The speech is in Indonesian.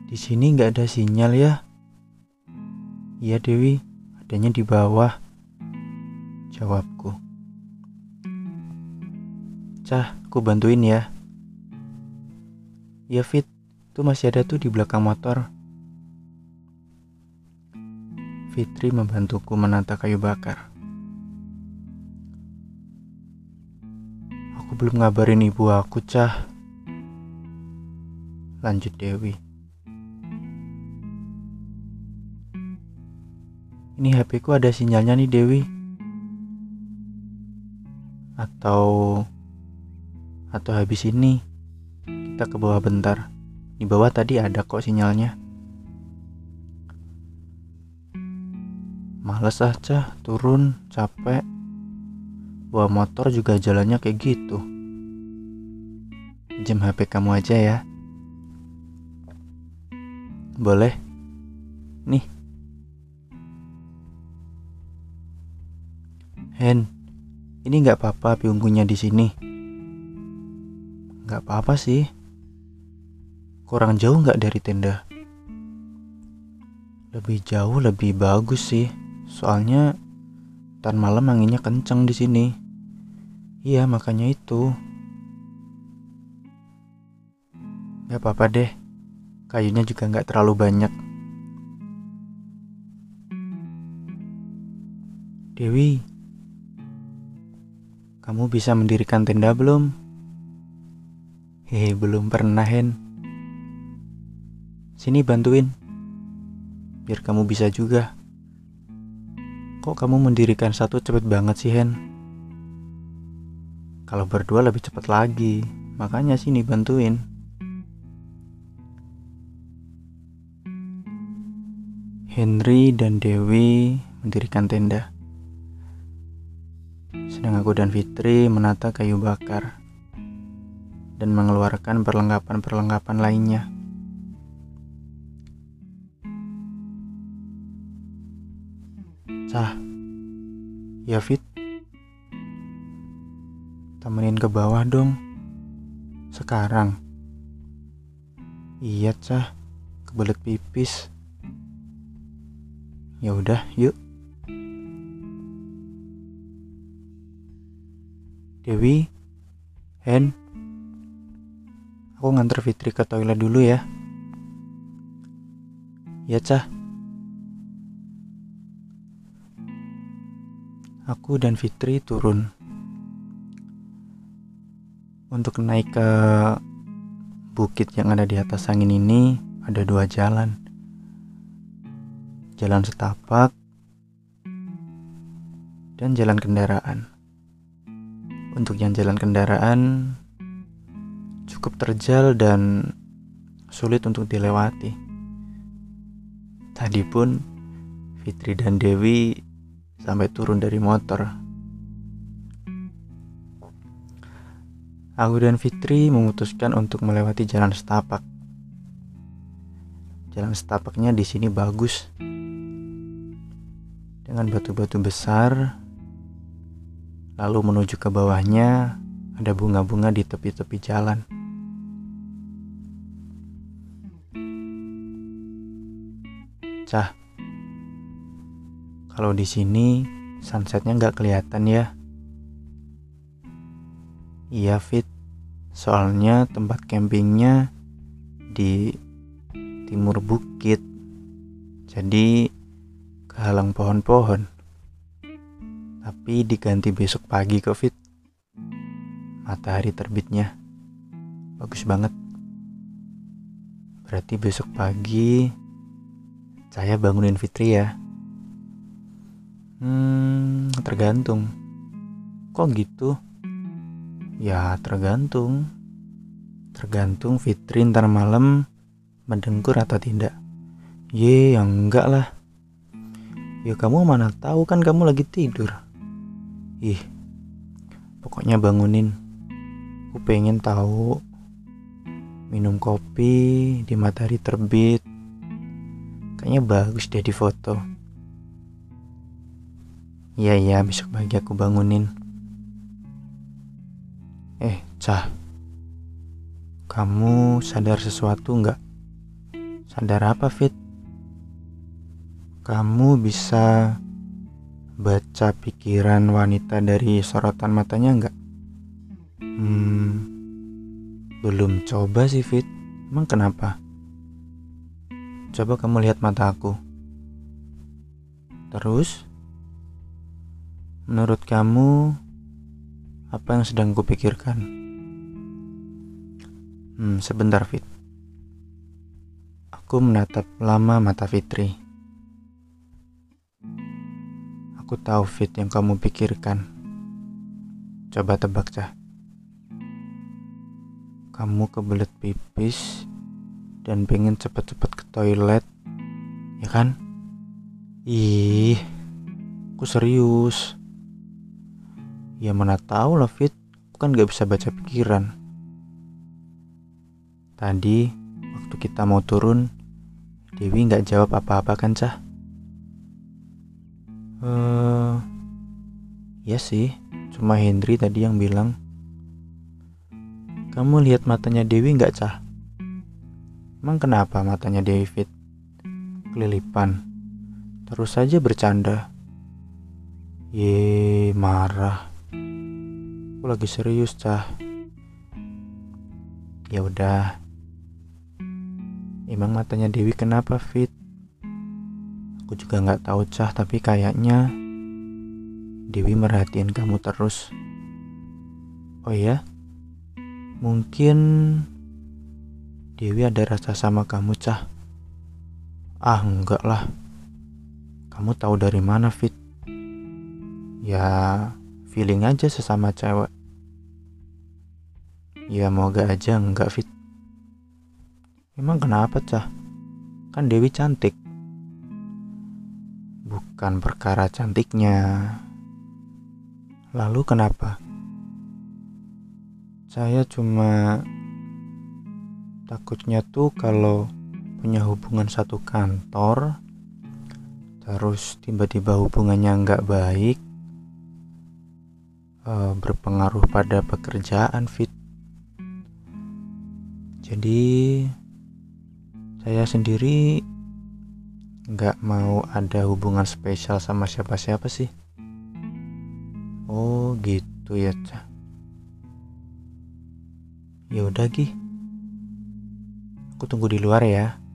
Di sini nggak ada sinyal ya? Iya Dewi, adanya di bawah, jawabku. Cah, aku bantuin ya. Iya Fit, tuh masih ada tuh di belakang motor. Fitri membantuku menata kayu bakar. Aku belum ngabarin ibu aku, Cah. Lanjut Dewi. Ini HP ku ada sinyalnya nih Dewi. Atau habis ini kita ke bawah bentar. Di bawah tadi ada kok sinyalnya. Males ah Cah, turun, capek. Bawa motor juga jalannya kayak gitu. Pinjam HP kamu aja ya. Boleh? Nih. Hen, ini nggak apa-apa api unggunya di sini. Nggak apa-apa sih. Kurang jauh nggak dari tenda? Lebih jauh lebih bagus sih. Soalnya ntar malam anginnya kenceng di sini. Iya makanya itu. Nggak apa-apa deh. Kayunya juga nggak terlalu banyak. Dewi, kamu bisa mendirikan tenda belum? Hehe, belum pernah Hen. Sini bantuin. Biar kamu bisa juga. Kok kamu mendirikan satu cepet banget sih Hen? Kalau berdua lebih cepat lagi. Makanya sini bantuin. Henry dan Dewi mendirikan tenda. Sedang aku dan Fitri menata kayu bakar dan mengeluarkan perlengkapan-perlengkapan lainnya. Cah, ya Fit, temenin ke bawah dong. Sekarang. Iya Cah, kebelet pipis. Ya udah, yuk. Dewi, Hen, aku nganter Fitri ke toilet dulu ya. Ya Cah. Aku dan Fitri turun. Untuk naik ke bukit yang ada di atas angin ini ada dua jalan. Jalan setapak dan jalan kendaraan. Untuk yang jalan kendaraan cukup terjal dan sulit untuk dilewati. Tadi pun Fitri dan Dewi sampai turun dari motor. Aku dan Fitri memutuskan untuk melewati jalan setapak. Jalan setapaknya di sini bagus. Dengan batu-batu besar. Lalu menuju ke bawahnya ada bunga-bunga di tepi-tepi jalan. Cah, kalau di sini sunsetnya nggak kelihatan ya? Iya Fit, soalnya tempat campingnya di timur bukit, jadi kehalang pohon-pohon. Tapi diganti besok pagi kok Fit. Matahari terbitnya bagus banget. Berarti besok pagi saya bangunin Fitri ya. Tergantung. Kok gitu? Ya tergantung. Tergantung Fitri ntar malam mendengkur atau tidak. Ya enggak lah. Ya kamu mana tahu kan kamu lagi tidur. Pokoknya bangunin. Aku pengen tahu. Minum kopi di matahari terbit. Kayaknya bagus deh di foto. Iya besok pagi aku bangunin. Cah, kamu sadar sesuatu nggak? Sadar apa, Fit? Kamu bisa baca pikiran wanita dari sorotan matanya nggak? Belum coba sih, Fit. Emang kenapa? Coba kamu lihat mata aku. Terus, menurut kamu, apa yang sedang kupikirkan? Sebentar, Fit. Aku menatap lama mata Fitri. Aku tahu, Fit, yang kamu pikirkan. Coba tebak, Cah. Kamu kebelet pipis dan pengen cepet-cepet ke toilet, ya kan? Ih, aku serius. Ya mana tahu lah, Fit. Aku kan gak bisa baca pikiran. Tadi, waktu kita mau turun, Dewi gak jawab apa-apa kan, Cah? Ya sih, cuma Hendri tadi yang bilang. Kamu lihat matanya Dewi gak, Cah? Emang kenapa matanya Dewi, Fit? Kelilipan. Terus saja bercanda. Marah. Aku lagi serius, Cah. Ya udah. Emang matanya Dewi kenapa, Fit? Aku juga nggak tahu, Cah, tapi kayaknya Dewi merhatiin kamu terus. Oh ya? Mungkin Dewi ada rasa sama kamu, Cah. Ah, enggak lah. Kamu tahu dari mana, Fit? Ya, feeling aja sesama cewek. Ya, moga aja enggak, Fit. Emang kenapa, Cah? Kan Dewi cantik. Bukan perkara cantiknya. Lalu kenapa? Saya cuma takutnya tuh kalau punya hubungan satu kantor, terus tiba-tiba hubungannya nggak baik, berpengaruh pada pekerjaan, Fit. Jadi saya sendiri nggak mau ada hubungan spesial sama siapa-siapa sih. Oh gitu ya, Cah. Ya udah, Gi. Aku tunggu di luar ya.